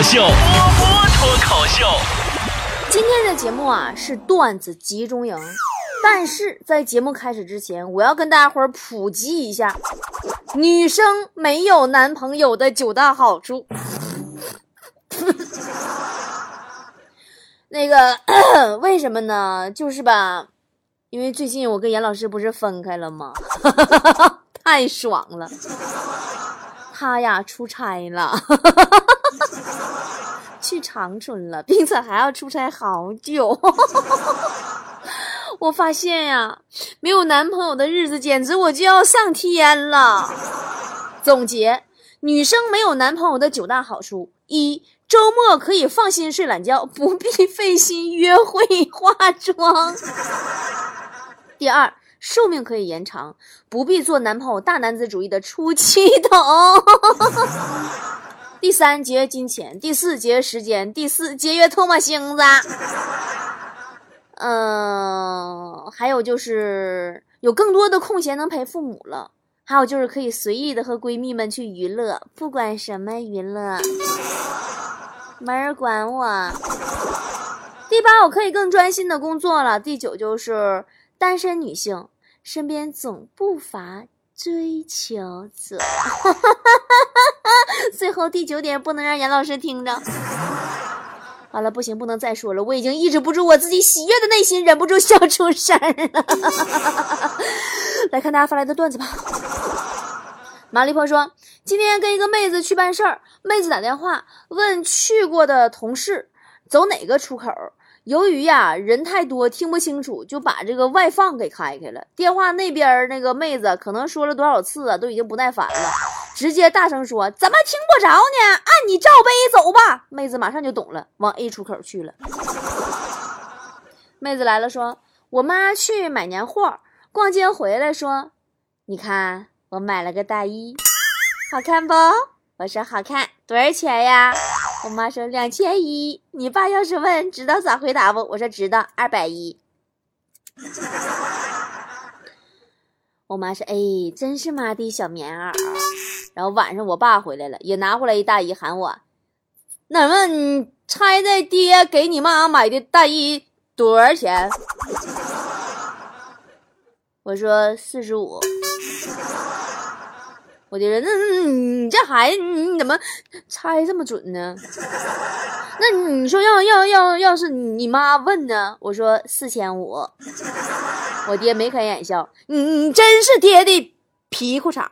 口秀，波波脱口秀。 今天的节目啊是段子集中营，但是在节目开始之前，我要跟大家伙儿普及一下女生没有男朋友的9大好处。那个为什么呢？就是吧，因为最近我跟严老师不是分开了吗？太爽了，他呀出差了。去长春了，并且还要出差好久。我发现呀，没有男朋友的日子简直我就要上天了。总结，女生没有男朋友的9大好处：一、周末可以放心睡懒觉，不必费心约会化妆。第二，寿命可以延长，不必做男朋友大男子主义的出气筒。第三，节约金钱；第四，节约时间；第四，节约唾沫星子。还有就是有更多的空闲能陪父母了，还有就是可以随意的和闺蜜们去娱乐，不管什么娱乐，没人管我。第八，我可以更专心的工作了。第9，就是单身女性身边总不乏追求者。最后第9点不能让严老师听着。好了，不行，不能再说了，我已经抑制不住我自己喜悦的内心，忍不住笑出声了。来看大家发来的段子吧。马丽婆说，今天跟一个妹子去办事儿，妹子打电话问去过的同事走哪个出口，由于呀人太多听不清楚，就把这个外放给开了。电话那边那个妹子可能说了多少次啊，都已经不耐烦了，直接大声说，怎么听不着呢？按你罩杯走吧。妹子马上就懂了，往 A 出口去了。妹子来了说，我妈去买年货，逛街回来说，你看我买了个大衣，好看不？我说好看，多少钱呀？我妈说2100。你爸要是问知道咋回答不？我说知道，210。我妈说，哎，真是妈的小棉袄。然后晚上我爸回来了，也拿回来一大衣，喊我，那么你猜这爹给你妈买的大衣多少钱？我说45。我的人，你这孩子你怎么猜这么准呢？那你说要是你妈问呢？我说4500。我爹眉开眼笑，你真是爹的皮裤衩。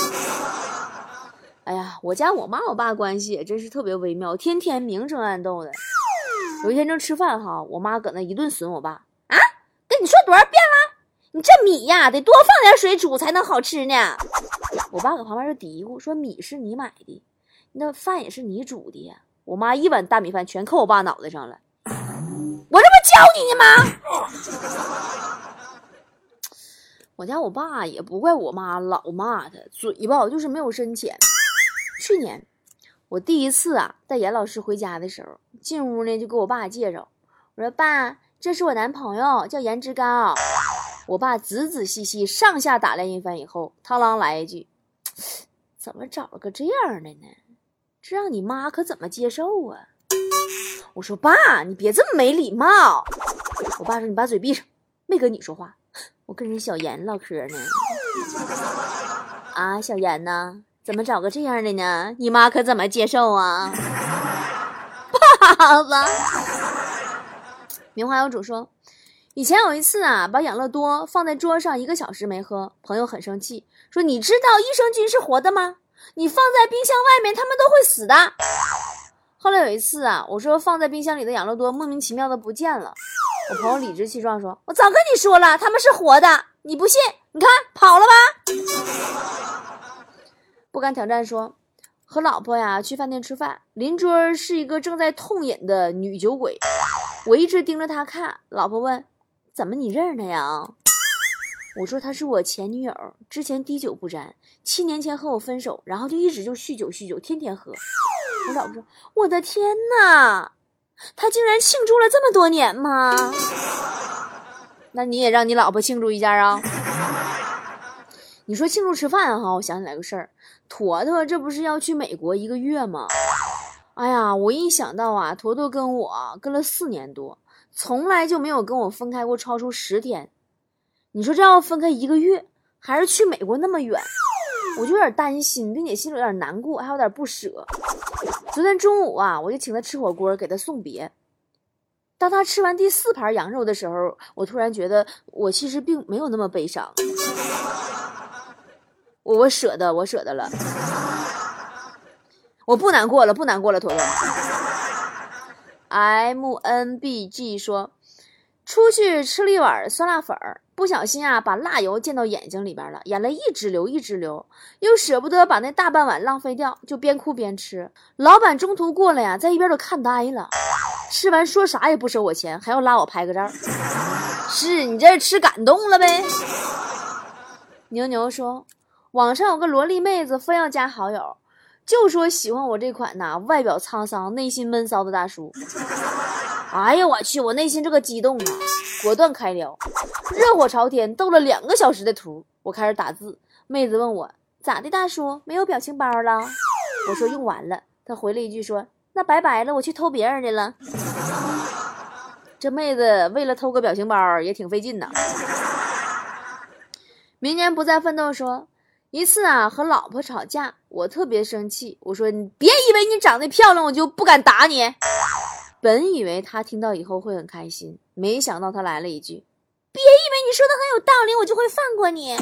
哎呀，我家我妈我爸关系也真是特别微妙，天天明争暗斗的。有一天正吃饭哈，我妈搁那一顿损我爸啊，跟你说多少遍了，你这米呀得多放点水煮才能好吃呢。我爸搁旁边就嘀咕说，米是你买的，那饭也是你煮的呀。我妈一碗大米饭全扣我爸脑袋上了，我这不教你呢吗？我家我爸也不怪我妈老骂他，嘴巴就是没有深浅。去年我第一次啊带严老师回家的时候，进屋呢就给我爸介绍，我说爸，这是我男朋友，叫颜值高。我爸仔仔细细上下打量一番以后，螳螂来一句，怎么找了个这样的呢？这让你妈可怎么接受啊？我说爸，你别这么没礼貌。我爸说，你把嘴闭上，没跟你说话，我跟人小严唠嗑呢。啊，小严呢？怎么找个这样的呢？你妈可怎么接受啊？爸爸。名花有主说，以前有一次啊，把养乐多放在桌上1个小时没喝，朋友很生气，说你知道益生菌是活的吗？你放在冰箱外面，它们都会死的。后来有一次啊，我说放在冰箱里的养乐多莫名其妙的不见了，我朋友理直气壮说，我早跟你说了，它们是活的，你不信？你看跑了吧。不敢挑战说，和老婆呀去饭店吃饭，邻桌是一个正在痛饮的女酒鬼，我一直盯着她看。老婆问，怎么你认识她呀？我说她是我前女友，之前滴酒不沾，7年前和我分手，然后就一直就酗酒，天天喝。我老婆说，我的天哪，她竟然庆祝了这么多年吗？那你也让你老婆庆祝一下啊。你说庆祝吃饭哈，我想起来个事儿，坨坨这不是要去美国1个月吗？ 哎呀，我一想到啊，坨坨跟我跟了4年多，从来就没有跟我分开过超出10天。你说这要分开1个月，还是去美国那么远，我就有点担心，并且心里有点难过，还有点不舍。昨天中午啊，我就请他吃火锅，给他送别。当他吃完第4盘羊肉的时候，我突然觉得我其实并没有那么悲伤。我舍得了，我不难过了，坨坨。MNBG 说，出去吃了一碗酸辣粉儿，不小心啊把辣油溅到眼睛里边了，眼泪一直流，又舍不得把那大半碗浪费掉，就边哭边吃。老板中途过来呀，在一边都看呆了，吃完说啥也不收我钱，还要拉我拍个照。是你这吃感动了呗？牛牛说，网上有个萝莉妹子非要加好友，就说喜欢我这款呐外表沧桑内心闷骚的大叔。哎呀我去，我内心这个激动啊，果断开聊，热火朝天斗了2个小时的图。我开始打字，妹子问我咋的大叔没有表情包了，我说用完了。她回了一句说那拜拜了，我去偷别人的了。这妹子为了偷个表情包也挺费劲的。明年不再奋斗说，一次啊和老婆吵架，我特别生气，我说你别以为你长得漂亮我就不敢打你。本以为他听到以后会很开心，没想到他来了一句，别以为你说的很有道理我就会放过你。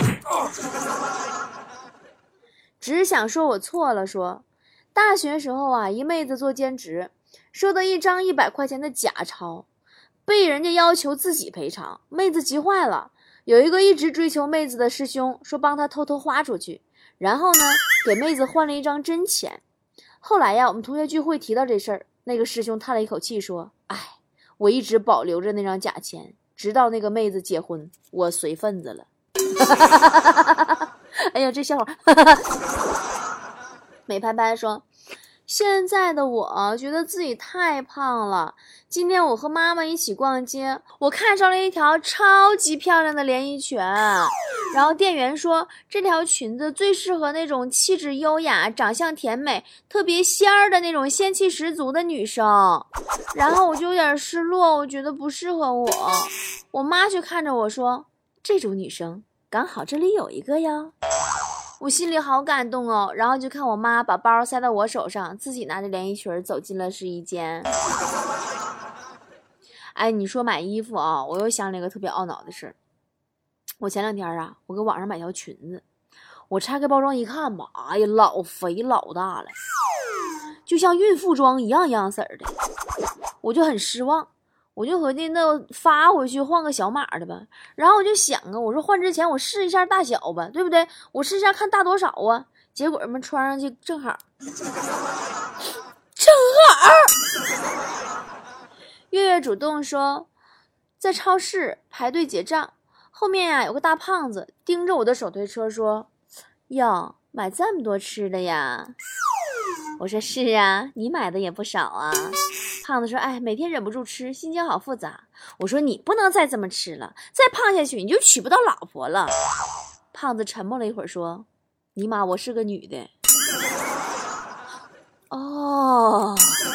只想说我错了说，大学时候啊一妹子做兼职，收到一张100块钱的假钞，被人家要求自己赔偿，妹子急坏了。有一个一直追求妹子的师兄说帮他偷偷花出去，然后呢给妹子换了一张真钱。后来呀我们同学聚会提到这事儿，那个师兄叹了一口气说，哎，我一直保留着那张假钱，直到那个妹子结婚我随份子了。哎呀这笑话。美拍拍说，现在的我觉得自己太胖了，今天我和妈妈一起逛街，我看上了一条超级漂亮的连衣裙，然后店员说这条裙子最适合那种气质优雅长相甜美特别仙儿的那种仙气十足的女生，然后我就有点失落，我觉得不适合我。我妈却看着我说，这种女生刚好这里有一个哟。我心里好感动哦，然后就看我妈把包塞到我手上，自己拿着连衣裙走进了试衣间。哎，你说买衣服啊，我又想了一个特别懊恼的事。我前2天啊，我搁网上买条裙子，我拆开包装一看吧，哎呀，老肥老大了，就像孕妇装一样色的，我就很失望。我就合计那发回去换个小码的吧，然后我就想啊，我说换之前我试一下大小吧，对不对？我试一下看大多少啊，结果们穿上去正好。月月主动说，在超市排队结账，后面呀有个大胖子盯着我的手推车说，哟，买这么多吃的呀？我说是啊，你买的也不少啊。胖子说，哎，每天忍不住吃，心情好复杂。我说你不能再这么吃了，再胖下去你就娶不到老婆了。胖子沉默了一会儿说，尼玛我是个女的。哦。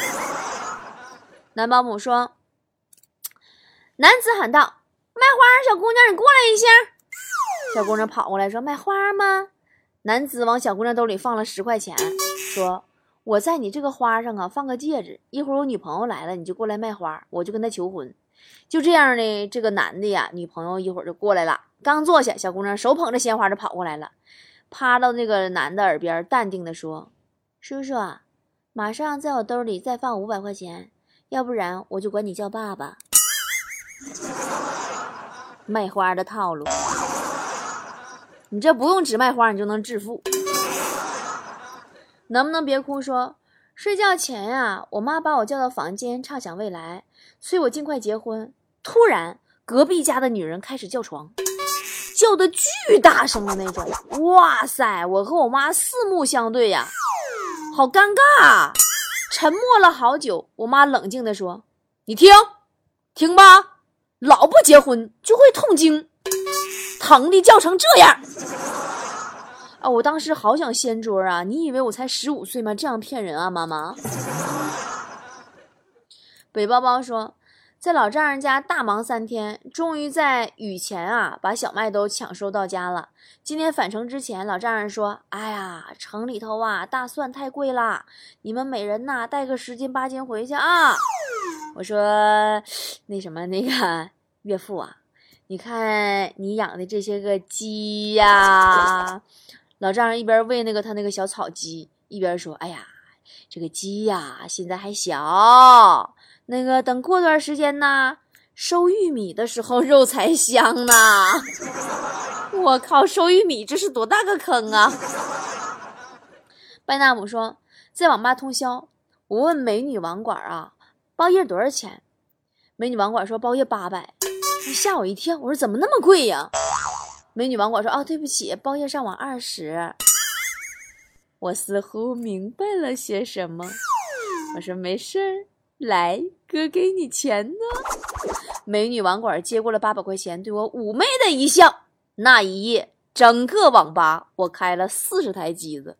男保姆说，男子喊道，卖花小姑娘你过来一下。小姑娘跑过来说，卖花吗？男子往小姑娘兜里放了10块钱，说，我在你这个花上啊放个戒指，一会儿我女朋友来了你就过来卖花，我就跟她求婚。就这样呢，这个男的呀女朋友一会儿就过来了，刚坐下，小姑娘手捧着鲜花就跑过来了，趴到那个男的耳边淡定的说，叔叔啊，马上在我兜里再放500块钱，要不然我就管你叫爸爸。卖花的套路，你这不用只卖花你就能致富。能不能别哭说，睡觉前呀，我妈把我叫到房间畅想未来，催我尽快结婚。突然隔壁家的女人开始叫床，叫的巨大声的那种。哇塞，我和我妈四目相对呀，好尴尬。沉默了好久，我妈冷静地说，你听吧，老不结婚就会痛经，疼的叫成这样。 啊！我当时好想掀桌啊！你以为我才15岁吗？这样骗人啊，妈妈！北包包说，在老丈人家大忙3天，终于在雨前啊把小麦都抢收到家了。今天返程之前，老丈人说：“哎呀，城里头啊大蒜太贵啦，你们每人呐带个10斤8斤回去啊。”我说：“那个岳父啊，你看你养的这些个鸡呀。”老丈人一边喂他那个小草鸡，一边说：“哎呀，这个鸡呀现在还小。”那个等过段时间呢，收玉米的时候肉才香呢。我靠，收玉米这是多大个坑啊！拜纳姆说，在网吧通宵，我问美女网管啊，包夜多少钱？美女网管说包夜800，吓我一跳，我说怎么那么贵呀？美女网管说啊，对不起，包夜上网20。我似乎明白了些什么，我说没事儿。来，哥给你钱呢。美女网管接过了800块钱，对我妩媚的一笑。那一夜，整个网吧我开了40台机子。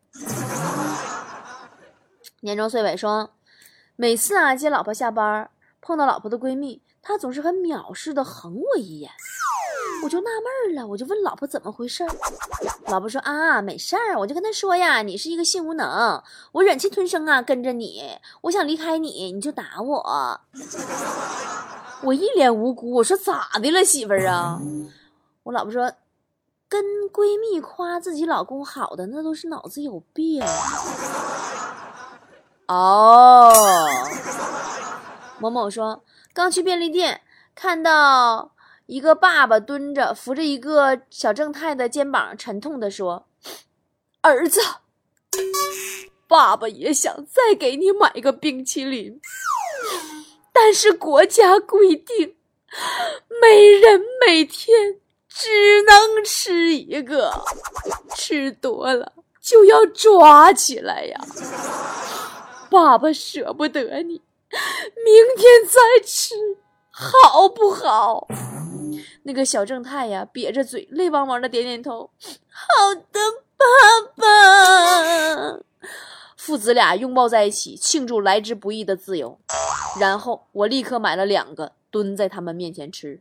年终岁尾说，每次啊接老婆下班，碰到老婆的闺蜜，她总是很藐视的横我一眼。我就纳闷了，我就问老婆怎么回事。老婆说啊，没事儿，我就跟她说呀，你是一个性无能，我忍气吞声啊跟着你，我想离开你，你就打我。我一脸无辜，我说咋的了媳妇儿啊？我老婆说，跟闺蜜夸自己老公好的那都是脑子有病。哦，某某说，刚去便利店看到一个爸爸蹲着扶着一个小正太的肩膀，沉痛地说，儿子，爸爸也想再给你买个冰淇淋，但是国家规定每人每天只能吃1个，吃多了就要抓起来呀。爸爸舍不得你，明天再吃好不好？那个小正太呀瘪着嘴泪汪汪的点点头，好的爸爸。父子俩拥抱在一起庆祝来之不易的自由，然后我立刻买了2个蹲在他们面前吃。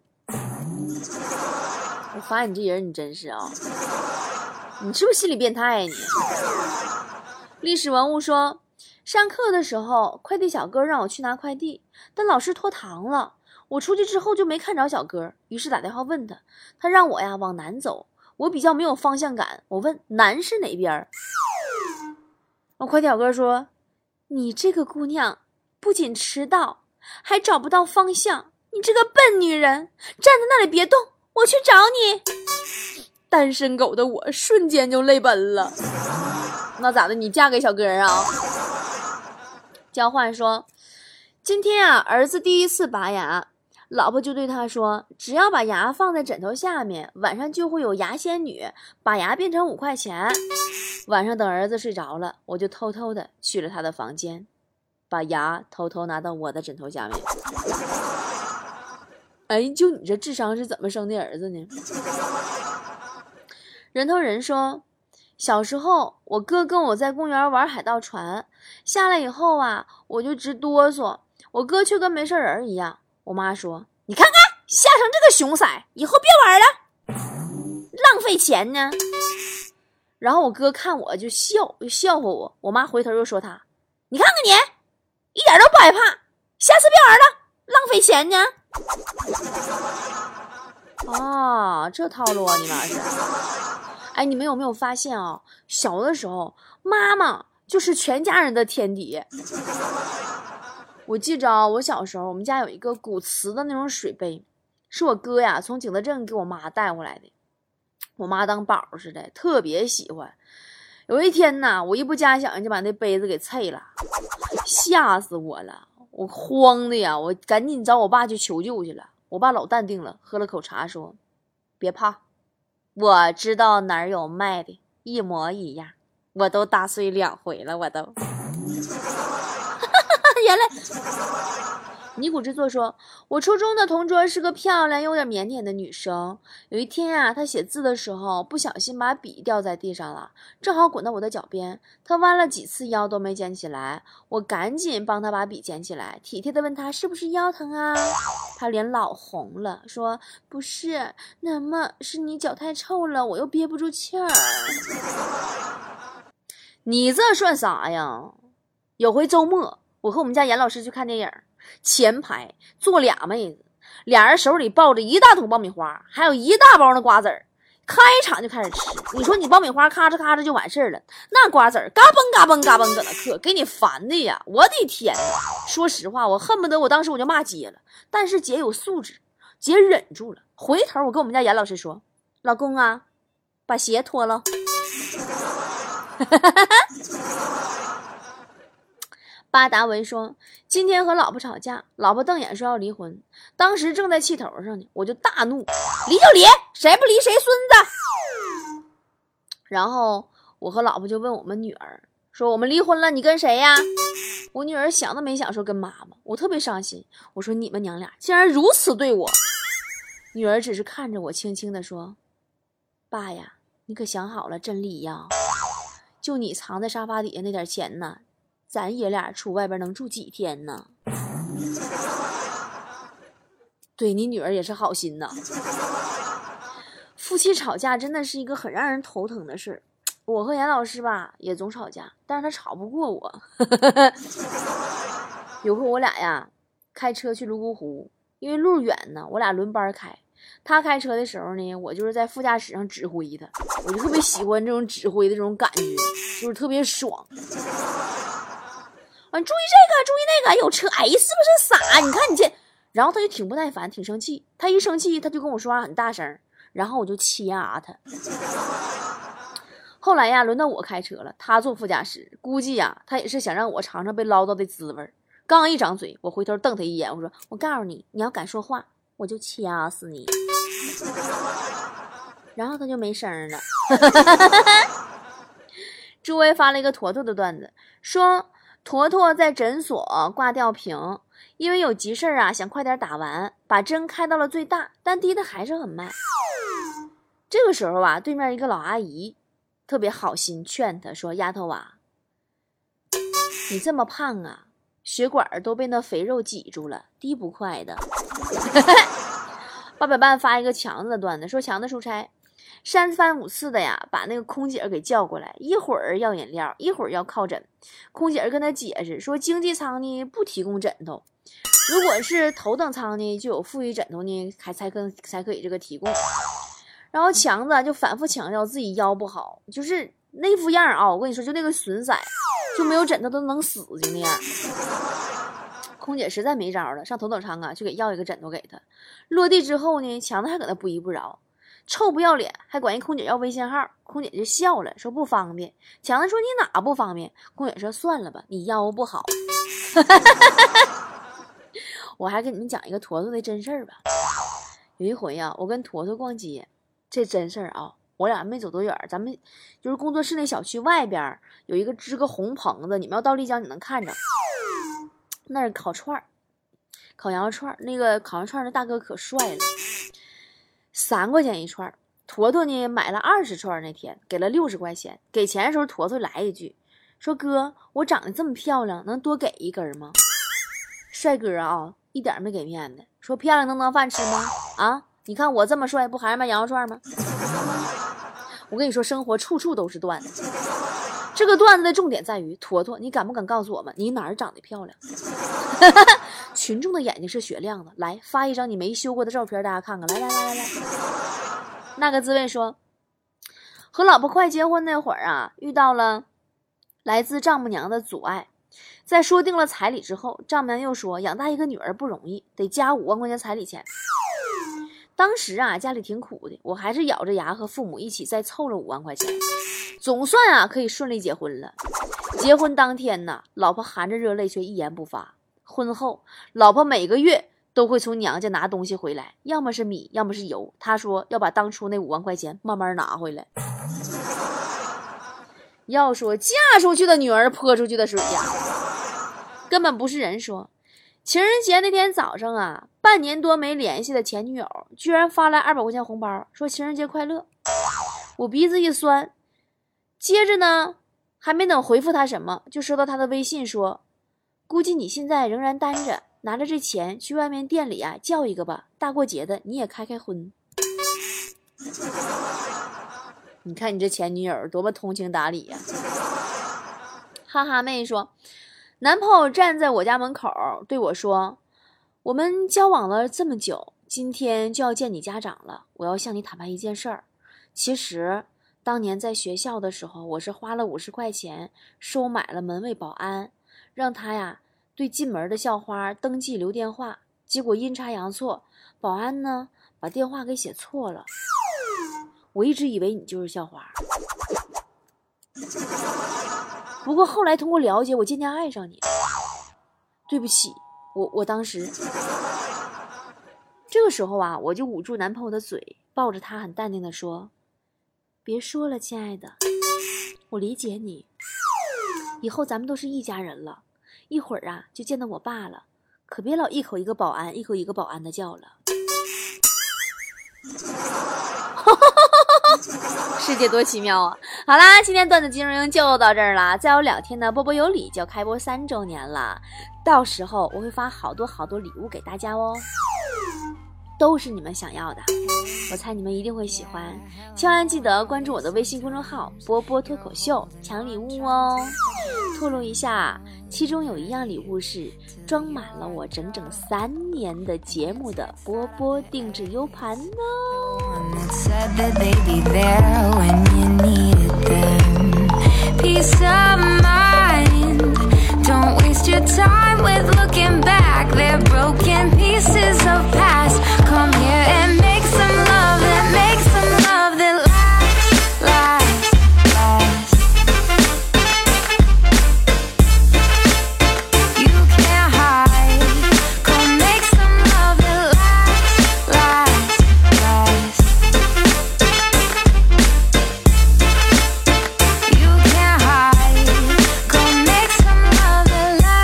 我发现你这人你真是啊，你是不是心理变态呀你？历史文物说，上课的时候快递小哥让我去拿快递，但老师拖堂了，我出去之后就没看着小哥，于是打电话问他，他让我呀往南走，我比较没有方向感，我问南是哪边？快递小哥说，你这个姑娘不仅迟到还找不到方向，你这个笨女人，站在那里别动，我去找你。单身狗的我瞬间就泪奔了。那咋的，你嫁给小哥啊？交换说，今天啊儿子第1次拔牙，老婆就对他说，只要把牙放在枕头下面，晚上就会有牙仙女把牙变成5块钱。晚上等儿子睡着了，我就偷偷的去了他的房间，把牙偷偷拿到我的枕头下面。哎，就你这智商是怎么生的儿子呢？人头人说，小时候我哥跟我在公园玩海盗船，下来以后啊我就直哆嗦，我哥却跟没事人一样。我妈说，你看看下成这个熊色，以后别玩了，浪费钱呢。然后我哥看我就笑话我，我妈回头又说他，你看看你一点都不害怕，下次别玩了，浪费钱呢。啊，这套路啊，你妈是。哎，你们有没有发现啊？小的时候妈妈就是全家人的天敌。我记着我小时候我们家有一个古瓷的那种水杯，是我哥呀从景德镇给我妈带回来的，我妈当宝似的，特别喜欢。有一天呢，我一不加想就把那杯子给碎了，吓死我了，我慌的呀，我赶紧找我爸去求救去了。我爸老淡定了，喝了口茶说，别怕，我知道哪儿有卖的，一模一样，我都打碎2回了，我都尼古之作说，我初中的同桌是个漂亮又有点腼腆的女生。有一天啊，她写字的时候不小心把笔掉在地上了，正好滚到我的脚边。她弯了几次腰都没捡起来，我赶紧帮她把笔捡起来，体贴地问她是不是腰疼啊？她脸老红了，说不是，那么是你脚太臭了，我又憋不住气儿。你这算啥呀？有回周末，我和我们家严老师去看电影，前排坐俩妹子，俩人手里抱着一大桶爆米花，还有一大包的瓜子儿，开场就开始吃。你说你爆米花咔哧咔哧就完事儿了，那瓜子儿嘎嘣嘎嘣嘎嘣搁那嗑，给你烦的呀！我的天哪！说实话，我恨不得我当时我就骂姐了，但是姐有素质，姐忍住了。回头我跟我们家严老师说：“老公啊，把鞋脱了。”巴达维说，今天和老婆吵架，老婆瞪眼说要离婚，当时正在气头上呢，我就大怒，离就离，谁不离谁孙子。然后我和老婆就问我们女儿说，我们离婚了，你跟谁呀？我女儿想都没想说跟妈妈，我特别伤心，我说你们娘俩竟然如此对我。女儿只是看着我轻轻地说，爸呀，你可想好了真理呀，就你藏在沙发底下那点钱呢，咱爷俩出外边能住几天呢？对，你女儿也是好心呐。夫妻吵架真的是一个很让人头疼的事。我和严老师吧也总吵架，但是他吵不过我。有回我俩呀开车去泸沽湖，因为路远呢，我俩轮班开。他开车的时候呢，我就是在副驾驶上指挥他，我就特别喜欢这种指挥的这种感觉，就是特别爽。注意这个，注意那个，有车，哎，是不是傻？你看你这，然后他就挺不耐烦，挺生气。他一生气，他就跟我说话很大声，然后我就掐他。后来呀，轮到我开车了，他坐副驾驶，估计呀，他也是想让我尝尝被唠叨的滋味。刚一张嘴，我回头瞪他一眼，我说：“我告诉你，你要敢说话，我就掐死你。”然后他就没声了。诸位发了一个坨坨的段子，说坨坨在诊所挂吊瓶，因为有急事啊，想快点打完，把针开到了最大，但滴的还是很慢。这个时候啊，对面一个老阿姨特别好心劝他说：“丫头啊，你这么胖啊，血管都被那肥肉挤住了，滴不快的。”800半发一个强子的段子，说强子出差3番5次的呀，把那个空姐给叫过来，一会儿要饮料，一会儿要靠枕。空姐跟他解释说，经济舱呢不提供枕头，如果是头等舱呢，就有富裕枕头呢，才可以这个提供。然后强子就反复强调自己腰不好，就是那副样啊，我跟你说，就那个损色，就没有枕头都能死就那样。空姐实在没招了，上头等舱啊，就给要一个枕头给他。落地之后呢，强子还搁那不依不饶，臭不要脸，还管人空姐要微信号。空姐就笑了，说不方便。强子说你哪不方便？空姐说算了吧，你腰不好。我还跟你们讲一个坨坨的真事儿吧。有一回啊，我跟坨坨逛街，这真事儿啊，我俩没走多远，咱们就是工作室那小区外边有一个支个红棚子，你们要到丽江你能看着，那是烤串儿，烤羊肉串，那个烤羊肉串的大哥可帅了，3块钱一串。坨坨呢买了20串，那天给了60块钱。给钱的时候，坨坨来一句说：“哥，我长得这么漂亮，能多给一根吗？”帅哥啊，一点没给面子，说漂亮能当饭吃吗？啊，你看我这么帅，不还是卖羊肉串吗？我跟你说，生活处处都是段子。这个段子的重点在于，坨坨，你敢不敢告诉我们你哪儿长得漂亮？群众的眼睛是雪亮的，来发一张你没修过的照片，大家看看，来。那个滋味说，和老婆快结婚那会儿啊，遇到了来自丈母娘的阻碍。在说定了彩礼之后，丈母娘又说养大一个女儿不容易，得加5万块钱彩礼钱。当时啊，家里挺苦的，我还是咬着牙和父母一起再凑了5万块钱，总算啊可以顺利结婚了。结婚当天呢，老婆含着热泪却一言不发。婚后，老婆每个月都会从娘家拿东西回来，要么是米，要么是油。她说要把当初那5万块钱慢慢拿回来。要说嫁出去的女儿泼出去的水呀，根本不是人说。 情人节那天早上啊，半年多没联系的前女友居然发来200块钱红包，说情人节快乐。我鼻子一酸，接着呢还没等回复他什么，就收到他的微信说，估计你现在仍然单着，拿着这钱去外面店里啊叫一个吧，大过节的你也开开荤。你看你这前女友多么通情达理呀！哈哈妹说，男朋友站在我家门口对我说，我们交往了这么久，今天就要见你家长了，我要向你坦白一件事儿。其实当年在学校的时候，我是花了50块钱收买了门卫保安，让他呀对进门的校花登记留电话，结果阴差阳错，保安呢把电话给写错了。我一直以为你就是校花，不过后来通过了解，我渐渐爱上你。对不起，我当时这个时候啊，我就捂住男朋友的嘴，抱着他很淡定的说，别说了，亲爱的，我理解你，以后咱们都是一家人了，一会儿啊就见到我爸了，可别老一口一个保安，一口一个保安的叫了。世界多奇妙啊！好啦，今天段子金融就到这儿啦，再有2天呢，波波有理就要开播3周年了，到时候我会发好多礼物给大家哦，都是你们想要的，我猜你们一定会喜欢。千万记得关注我的微信公众号波波脱口秀，抢礼物哦。透露一下，其中有一样礼物是装满了我整整3年的节目的波波定制 U 盘哦。Don't waste your time with looking back. They're broken pieces of past. Come here and make some love that makes some love that lasts, lasts, lasts. You can't hide. Come make some love that lasts, lasts, lasts. You can't hide. Come make some love that lasts.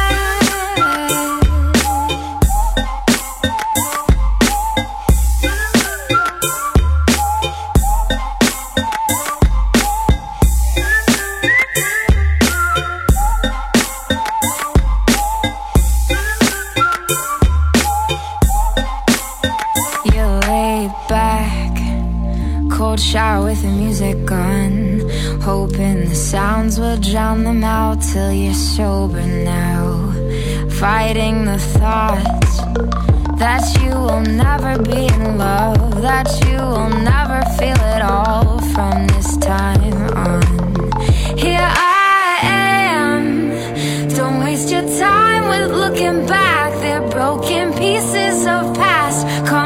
You lay back, cold shower with the music on, hoping the sounds will drown them out till you're sober now. Fighting the thoughts that you will never be in love, that you will never feel it all from this time on. Here I am, don't waste your time with looking back. They're broken pieces of past.